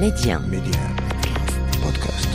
Média بودكاست.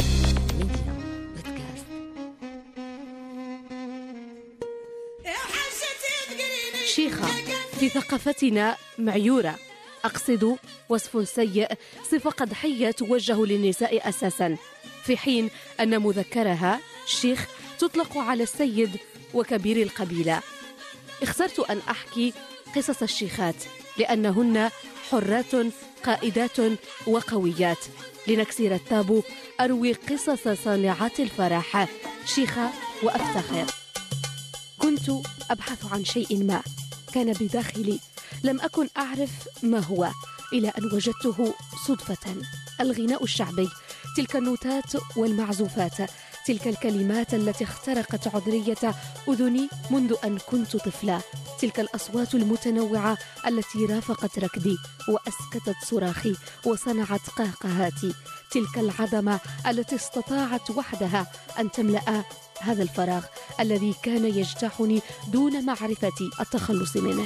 شيخة في ثقافتنا معيورة، أقصد وصف سيء، صفة قدحية توجه للنساء أساساً، في حين أن مذكرها شيخ تطلق على السيد وكبير القبيلة. اخترت أن أحكي قصص الشيخات لأنهن حرات قائدات وقويات. لنكسر التابو أروي قصص صانعات الفرح شيخة وأفتخر. كنت أبحث عن شيء ما كان بداخلي، لم أكن أعرف ما هو، إلى أن وجدته صدفة. الغناء الشعبي، تلك النوتات والمعزوفات، تلك الكلمات التي اخترقت عذرية أذني منذ أن كنت طفلة، تلك الأصوات المتنوعة التي رافقت ركضي وأسكتت صراخي وصنعت قهقهاتي، تلك العظمة التي استطاعت وحدها أن تملأ هذا الفراغ الذي كان يجتاحني دون معرفتي التخلص منه.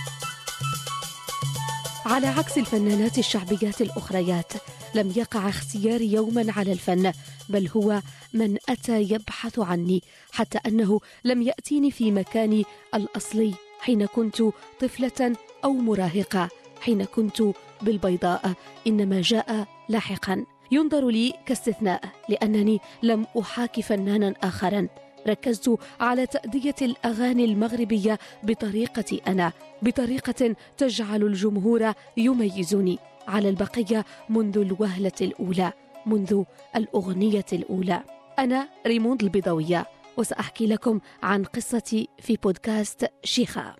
على عكس الفنانات الشعبيات الأخريات، لم يقع اختياري يوما على الفن، بل هو من أتى يبحث عني، حتى أنه لم يأتيني في مكاني الأصلي حين كنت طفلة أو مراهقة، حين كنت بالبيضاء، إنما جاء لاحقا. ينظر لي كاستثناء لأنني لم أحاكي فنانا آخرا، ركزت على تأدية الأغاني المغربية بطريقتي أنا، بطريقة تجعل الجمهور يميزني على البقية منذ الوهلة الأولى، منذ الأغنية الأولى. أنا ريموند البيضاوية، وسأحكي لكم عن قصتي في بودكاست شيخة.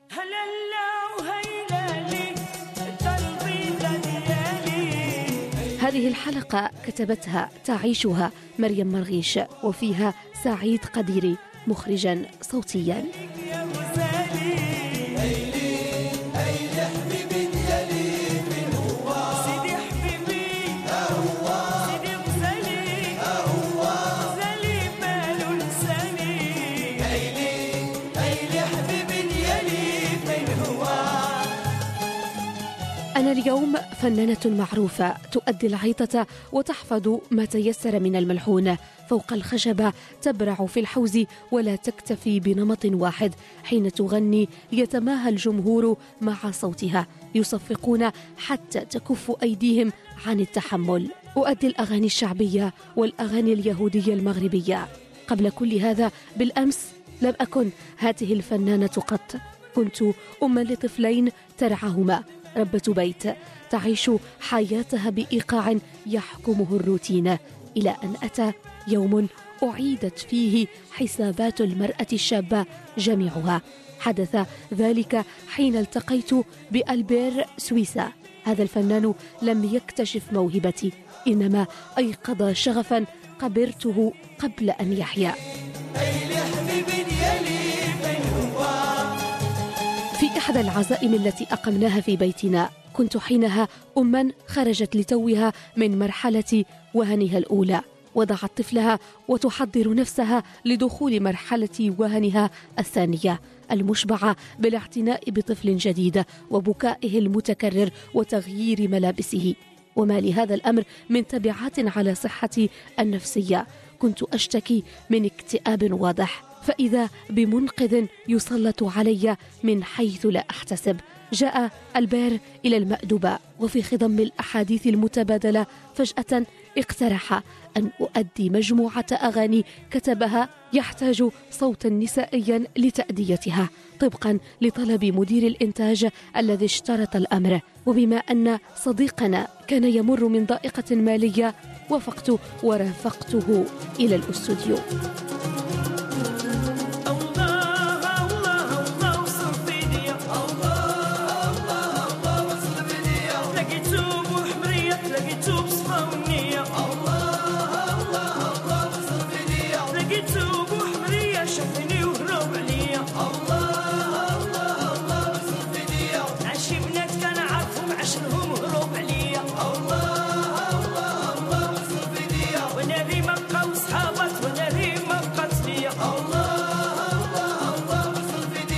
هذه الحلقة كتبتها تعيشها مريم مرغيش، وفيها سعيد قديري مخرجا صوتيا. أنا اليوم فنانة معروفة تؤدي العيطة وتحفظ ما تيسر من الملحون فوق الخشبة، تبرع في الحوز ولا تكتفي بنمط واحد. حين تغني يتماهى الجمهور مع صوتها، يصفقون حتى تكف أيديهم عن التحمل. أؤدي الأغاني الشعبية والأغاني اليهودية المغربية. قبل كل هذا بالأمس لم أكن هذه الفنانة قط، كنت أما لطفلين ترعاهما، ربة بيت تعيش حياتها بإيقاع يحكمه الروتين، إلى أن أتى يوم أعيدت فيه حسابات المرأة الشابة جميعها. حدث ذلك حين التقيت بألبير سويسا. هذا الفنان لم يكتشف موهبتي، إنما أيقظ شغفا قبرته قبل أن يحيا. في إحدى العزائم التي أقمناها في بيتنا، كنت حينها أما خرجت لتوها من مرحلة وهنها الأولى، وضعت طفلها وتحضر نفسها لدخول مرحلة وهنها الثانية، المشبعة بالاعتناء بطفل جديد وبكائه المتكرر وتغيير ملابسه. وما لهذا الأمر من تبعات على صحتي النفسية. كنت أشتكي من اكتئاب واضح، فإذا بمنقذ يسلط علي من حيث لا أحتسب. جاء ألبير إلى المأدبة، وفي خضم الأحاديث المتبادلة فجأة اقترح أن أؤدي مجموعة أغاني كتبها يحتاج صوتا نسائيا لتأديتها، طبقا لطلب مدير الإنتاج الذي اشترط الأمر. وبما أن صديقنا كان يمر من ضائقة مالية، وافقت ورافقته إلى الأستوديو.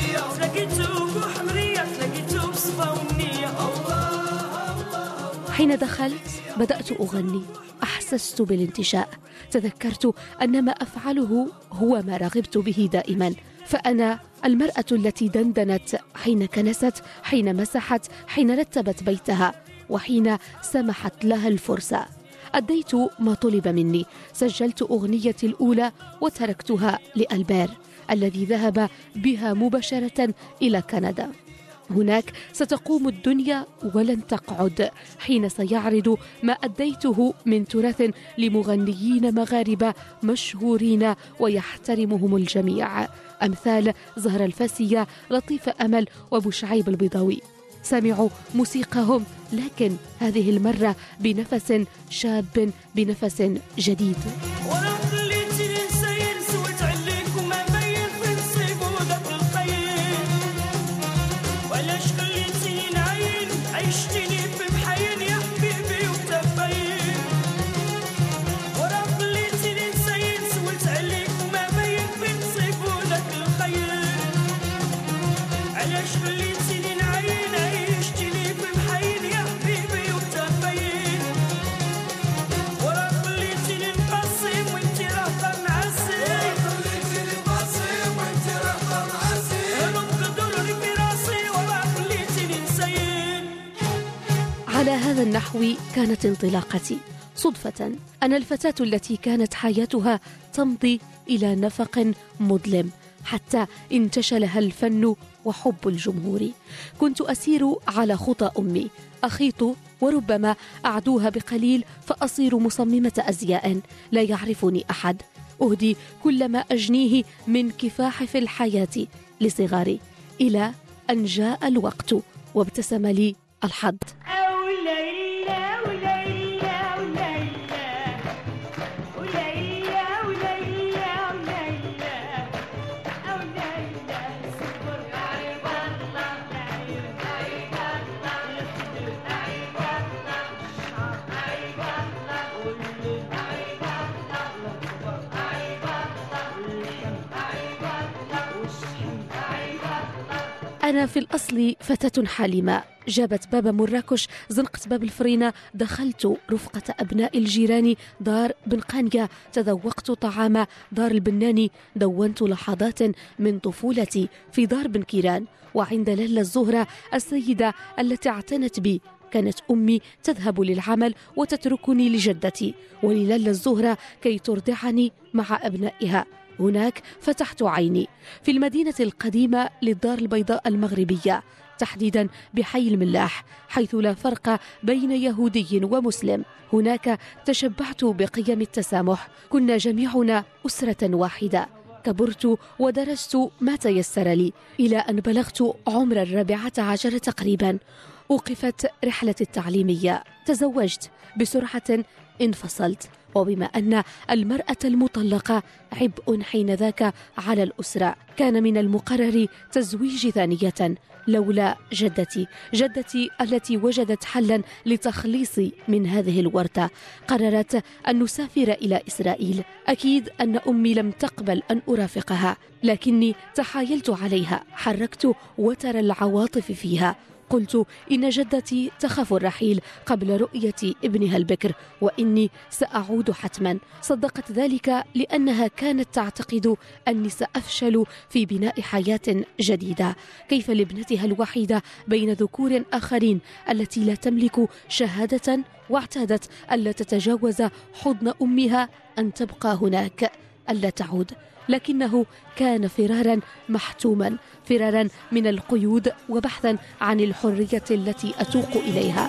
حين حين دخلت بدأت أغني، أحسست بالانتشاء، تذكرت أن ما أفعله هو ما رغبت به دائما، فأنا المرأة التي دندنت حين كنست، حين مسحت، حين رتبت بيتها، وحين سمحت لها الفرصة. أديت ما طلب مني، سجلت أغنيتي الأولى وتركتها لألبير الذي ذهب بها مباشرة إلى كندا. هناك ستقوم الدنيا ولن تقعد حين سيعرض ما أديته من تراث لمغنيين مغاربة مشهورين ويحترمهم الجميع، أمثال زهرة الفاسية، لطيفة أمل، وأبو شعيب البيضاوي. سمعوا موسيقاهم، لكن هذه المرة بنفس شاب، بنفس جديد. على هذا النحو كانت انطلاقتي. صدفة أنا الفتاة التي كانت حياتها تمضي إلى نفق مظلم حتى انتشلها الفن وحب الجمهور. كنت أسير على خطى أمي، أخيط وربما أعدوها بقليل فأصير مصممة أزياء لا يعرفني أحد، أهدي كل ما أجنيه من كفاح في الحياة لصغاري، إلى أن جاء الوقت وابتسم لي الحظ. أنا في الأصل فتاة حالمة، جابت باب مراكش، زنقت باب الفرينة، دخلت رفقة أبناء الجيران دار بن قانية، تذوقت طعام دار البناني، دونت لحظات من طفولتي في دار بن كيران وعند لالا الزهرة السيدة التي اعتنت بي. كانت أمي تذهب للعمل وتتركني لجدتي وللالا الزهرة كي ترضعني مع أبنائها. هناك فتحت عيني في المدينة القديمة للدار البيضاء المغربية، تحديدا بحي الملاح، حيث لا فرق بين يهودي ومسلم. هناك تشبعت بقيم التسامح، كنا جميعنا أسرة واحدة. كبرت ودرست ما تيسر لي إلى أن بلغت عمر 14 تقريبا. أوقفت رحلتي التعليمية، تزوجت بسرعة، انفصلت. وبما أن المرأة المطلقة عبء حينذاك على الأسرة، كان من المقرر تزويج ثانية، لولا جدتي التي وجدت حلا لتخليصي من هذه الورطة. قررت أن نسافر إلى إسرائيل. أكيد أن أمي لم تقبل أن أرافقها، لكني تحايلت عليها، حركت وتر العواطف فيها. قلت إن جدتي تخاف الرحيل قبل رؤية ابنها البكر، وإني سأعود حتما. صدقت ذلك لأنها كانت تعتقد أني سأفشل في بناء حياة جديدة. كيف لابنتها الوحيدة بين ذكور آخرين التي لا تملك شهادة واعتادت ألا تتجاوز حضن أمها أن تبقى هناك، ألا تعود. لكنه كان فرارا محتوما، فرارا من القيود وبحثا عن الحرية التي أتوق إليها.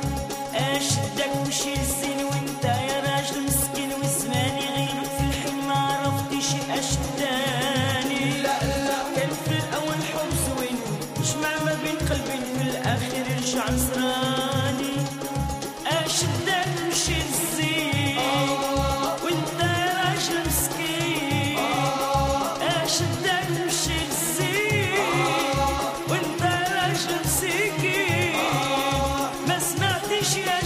أشدك وشي الزين وانت يا راجل مسكين واسماني غير في الحين ما عرفتش أشداني. لا كان في الأول حب زوين جمع ما بين قلبين في الآخر رجع نصراني. أشدك وشي الزين وانت يا راجل مسكين، أشدك وشي الزين وانت يا راجل مسكين، ما سمعتش يا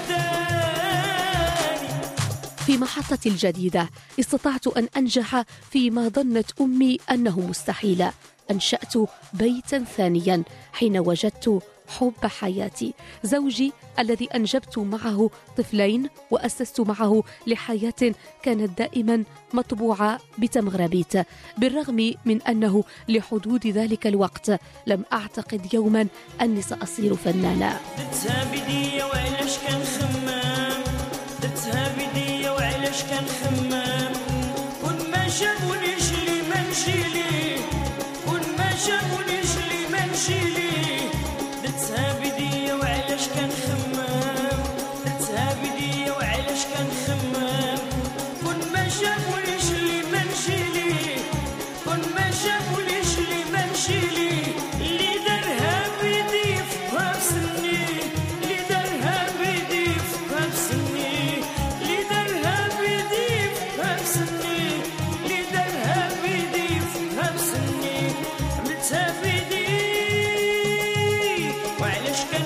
شداني. في محطتي الجديدة استطعت أن أنجح فيما ظنت أمي أنه مستحيل. أنشأت بيتا ثانيا حين وجدت حب حياتي، زوجي الذي أنجبت معه طفلين وأسست معه لحياة كانت دائما مطبوعة بتمغربيت، بالرغم من أنه لحدود ذلك الوقت لم أعتقد يوما أني سأصير فنانة. درتها بدية وعلاش كان خمام، درتها بدية وعلاش كان خمام، كون ما شافونيش لي ما نمشي ليه، كون ما شافونيش لي ما نمشي ليه، درتها بدية وعلاش كان خمام، درتها بدية وعلاش كان خمام، كون ما شافونيش لي ما نمشي ليه، كون ما شافونيش لي ما نمشي ليه، اللي دارها بيدي فيها بسني، اللي دارها بيدي فيها بسني، اللي دارها بيدي فيها بسني، اللي دارها بيدي فيها بسني، عملتها بيدي وعلاش كان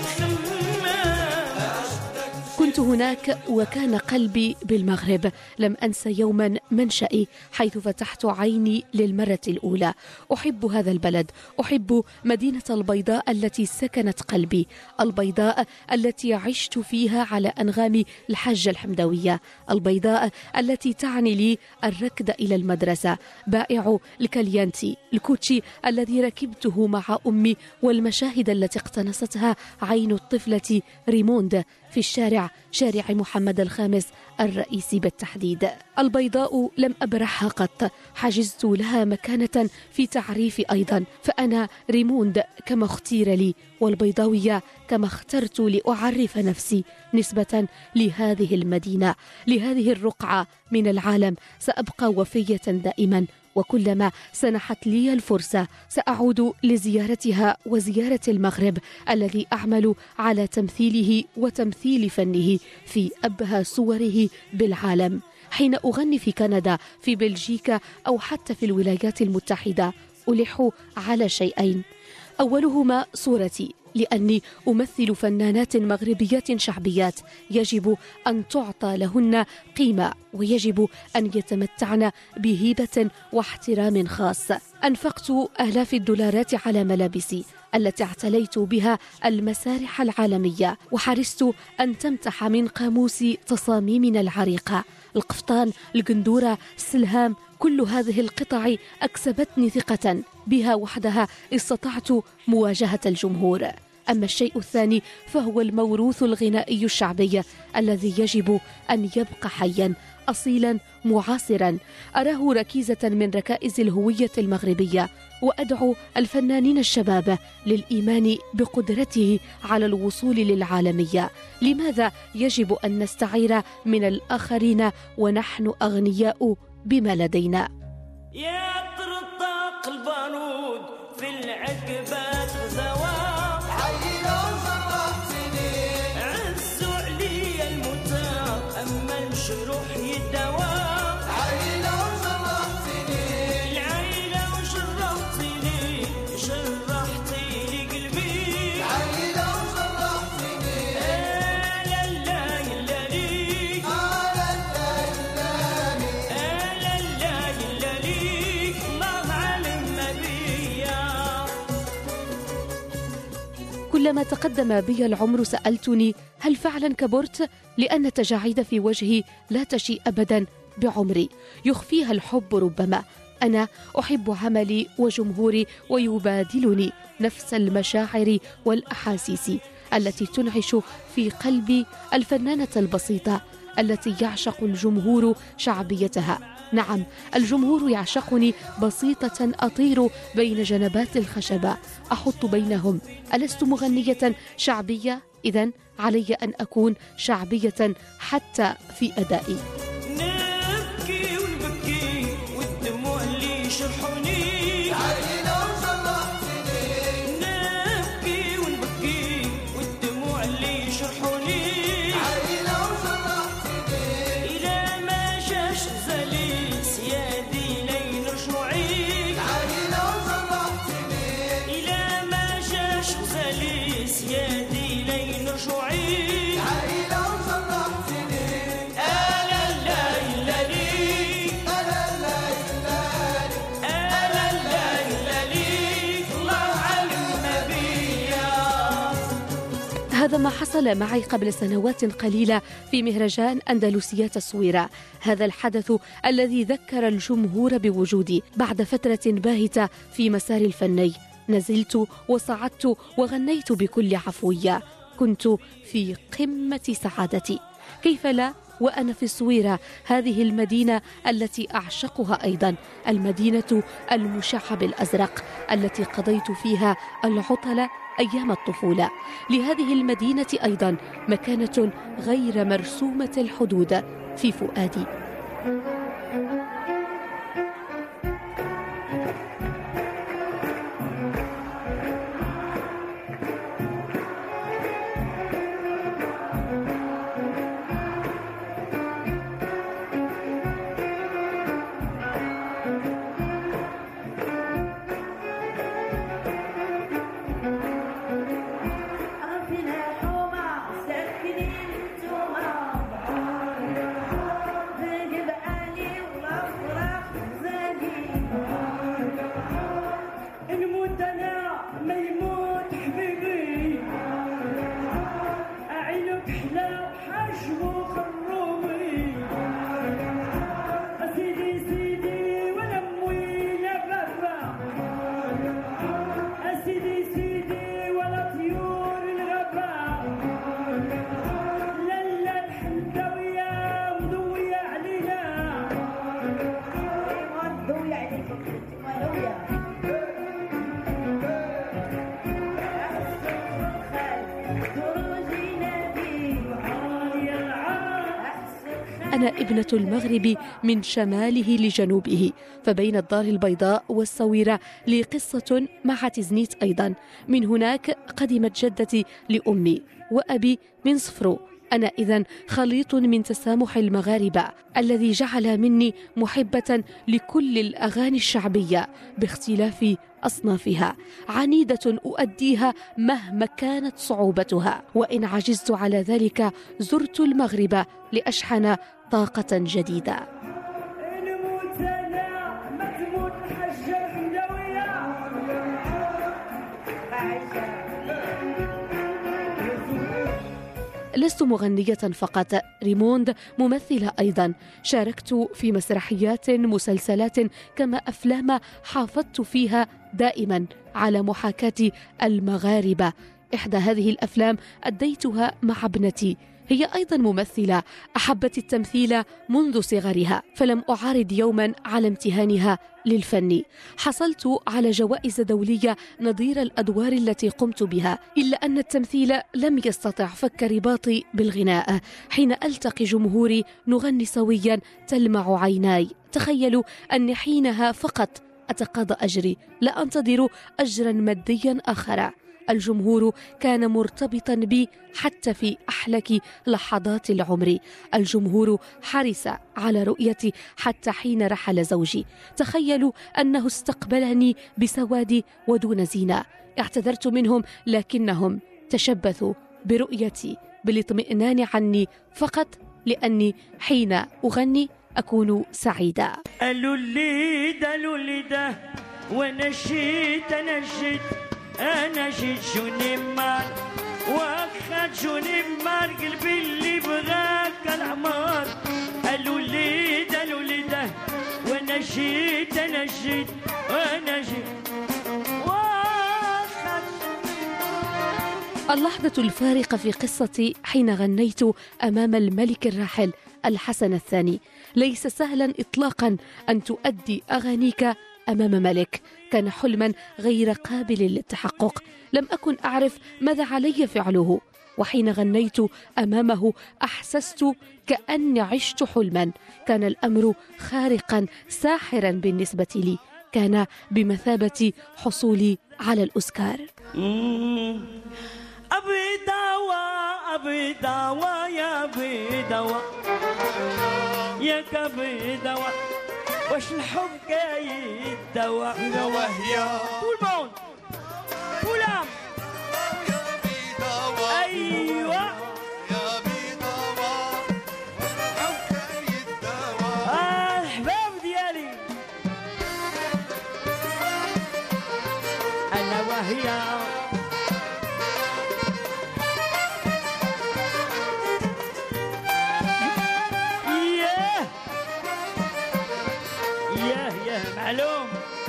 خمام. كنت هناك وكان قلبي بالمغرب، لم أنسى يوما منشئي حيث فتحت عيني للمرة الأولى. أحب هذا البلد، أحب مدينة البيضاء التي سكنت قلبي، البيضاء التي عشت فيها على أنغام الحجة الحمدوية، البيضاء التي تعني لي الركض إلى المدرسة، بائع الكاليانتي، الكوتشي الذي ركبته مع أمي، والمشاهد التي اقتنصتها عين الطفلة ريموند في الشارع، شارع محمد الخامس الرئيسي بالتحديد. البيضاء لم أبرحها قط، حجزت لها مكانة في تعريفي أيضا، فأنا ريموند كما اختير لي، والبيضاوية كما اخترت لأعرف نفسي، نسبة لهذه المدينة، لهذه الرقعة من العالم. سأبقى وفية دائما، وكلما سنحت لي الفرصة سأعود لزيارتها وزيارة المغرب الذي أعمل على تمثيله وتمثيل فنه في أبهى صوره بالعالم. حين أغني في كندا، في بلجيكا، أو حتى في الولايات المتحدة، ألح على شيئين: أولهما صورتي، لأني أمثل فنانات مغربيات شعبيات يجب أن تعطى لهن قيمة، ويجب أن يتمتعن بهيبة واحترام خاص. أنفقت آلاف الدولارات على ملابسي التي اعتليت بها المسارح العالمية، وحرصت أن تمتح من قاموس تصاميمنا العريقة، القفطان، القندورة، السلهام. كل هذه القطع أكسبتني ثقة، بها وحدها استطعت مواجهة الجمهور. أما الشيء الثاني فهو الموروث الغنائي الشعبي الذي يجب أن يبقى حيا، أصيلا، معاصرا. أراه ركيزة من ركائز الهوية المغربية، وأدعو الفنانين الشباب للإيمان بقدرته على الوصول للعالمية. لماذا يجب أن نستعير من الآخرين ونحن أغنياء بما لدينا؟ يا طرطاق البارود في العقبات غزوات، حينا وفرحتني، عزوا علي الموتى أما الجروح يداوى، حينا وفرحتني، العيلة وشرحتني، شرحتي لي قلبي، حينا وفرحتني، لا لا إلا ليك، لا لا إلا ليك، الله علم بيا. كلما تقدم بي العمر سألتني: هل فعلا كبرت؟ لأن التجاعيد في وجهي لا تشي أبدا بعمري، يخفيها الحب ربما. أنا أحب عملي وجمهوري، ويبادلني نفس المشاعر والأحاسيس التي تنعش في قلبي الفنانة البسيطة التي يعشق الجمهور شعبيتها. نعم، الجمهور يعشقني بسيطة أطير بين جنبات الخشبة، أحط بينهم. ألست مغنية شعبية؟ إذن علي أن أكون شعبية حتى في أدائي. نبكي ونبكي والدموع اللي يشرحوني، علينا وصلحتني، نبكي ونبكي والدموع اللي يشرحوني، علينا وصلحتني، إذا ما جاش غزالي سيادي لين رجوعي، علينا وصلحتني، إذا ما جاش غزالي سيادي لين رجوعي، علينا وصلحتني، لا لا هذا ما حصل معي قبل سنوات قليلة في مهرجان أندلسيات الصويرة. هذا الحدث الذي ذكر الجمهور بوجودي بعد فترة باهتة في مسار الفني. نزلت وصعدت وغنيت بكل عفوية، كنت في قمة سعادتي. كيف لا وأنا في الصويرة، هذه المدينة التي أعشقها أيضا، المدينة المشعة بالأزرق التي قضيت فيها العطل أيام الطفولة. لهذه المدينة أيضا مكانة غير مرسومة الحدود في فؤادي. أنا ابنة المغرب من شماله لجنوبه، فبين الدار البيضاء والصويرة لي قصة مع تزنيت أيضا. من هناك قدمت جدتي لأمي، وأبي من صفرو. أنا إذن خليط من تسامح المغاربة الذي جعل مني محبة لكل الأغاني الشعبية باختلاف أصنافها، عنيدة أؤديها مهما كانت صعوبتها، وإن عجزت على ذلك زرت المغرب لأشحن طاقة جديدة. لست مغنية فقط، ريموند ممثلة أيضا. شاركت في مسرحيات، مسلسلات، كما أفلام حافظت فيها دائما على محاكاة المغاربة. إحدى هذه الأفلام أديتها مع ابنتي، هي أيضا ممثلة، أحبت التمثيل منذ صغرها، فلم أعارض يوما على امتهانها للفن. حصلت على جوائز دولية نظير الأدوار التي قمت بها، إلا أن التمثيل لم يستطع فك رباطي بالغناء. حين ألتقي جمهوري نغني سويا تلمع عيناي. تخيلوا أني حينها فقط أتقاضى أجري، لا أنتظر أجرا ماديا آخر. الجمهور كان مرتبطا بي حتى في أحلك لحظات العمر. الجمهور حرص على رؤيتي حتى حين رحل زوجي. تخيلوا أنه استقبلني بسواد ودون زينة. اعتذرت منهم لكنهم تشبثوا برؤيتي بالاطمئنان عني فقط لأني حين أغني أكون سعيدة. اللوليدة ونشيت أنا جيت جوني مار واخد جوني مار قلبي اللي بغاك العمار. اللوليدة وانا جيت واخد. اللحظة الفارقة في قصتي حين غنيت أمام الملك الراحل الحسن الثاني. ليس سهلا إطلاقا أن تؤدي أغانيك أمام ملك، كان حلما غير قابل للتحقق. لم أكن أعرف ماذا علي فعله، وحين غنيت أمامه أحسست كأني عشت حلما. كان الأمر خارقا ساحرا بالنسبة لي، كان بمثابة حصولي على الأوسكار. أبي دوا يا أبي دوا يا كبي دوا واش الحب كايد دوا يا طول الموند فلام أيوة يا بيضاوة والحب كايد دوا. الحباب ديالي أنا وهي معلوم.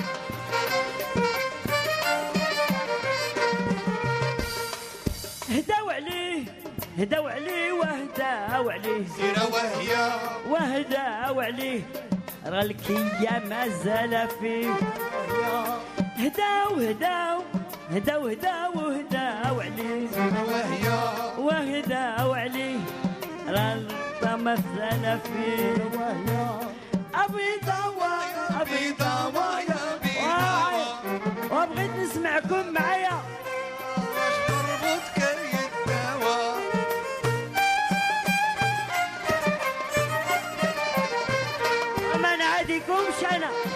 هداو عليه هداو عليه وهداو عليه سيرة وهي وهداو عليه راه الكيا مازال فيه. هداو هداو هداو هداو هداو عليه سيرة وهي وهداو عليه راه مازال فيه. ابي دوا ابي دوا يا بيدوا وبغيت نسمعكم معايا. واش تربط كي الدوا ما نعاديكمش انا.